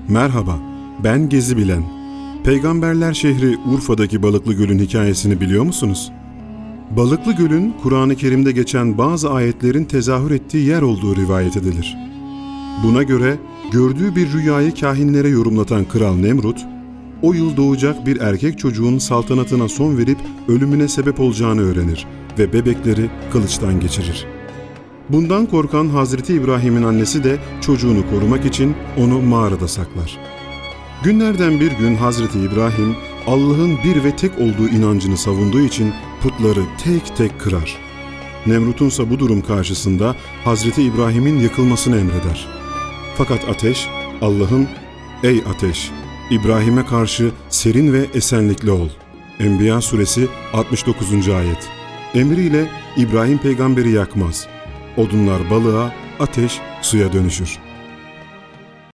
Merhaba, ben Gezi Bilen. Peygamberler şehri Urfa'daki Balıklı Göl'ün hikayesini biliyor musunuz? Balıklı Göl'ün Kur'an-ı Kerim'de geçen bazı ayetlerin tezahür ettiği yer olduğu rivayet edilir. Buna göre gördüğü bir rüyayı kâhinlere yorumlatan Kral Nemrut, o yıl doğacak bir erkek çocuğun saltanatına son verip ölümüne sebep olacağını öğrenir ve bebekleri kılıçtan geçirir. Bundan korkan Hazreti İbrahim'in annesi de çocuğunu korumak için onu mağarada saklar. Günlerden bir gün Hazreti İbrahim, Allah'ın bir ve tek olduğu inancını savunduğu için putları tek tek kırar. Nemrut'unsa bu durum karşısında Hazreti İbrahim'in yakılmasını emreder. Fakat ateş, Allah'ın "Ey ateş, İbrahim'e karşı serin ve esenlikli ol." Enbiya suresi 69. ayet. Emriyle İbrahim peygamberi yakmaz. Odunlar balığa, ateş suya dönüşür.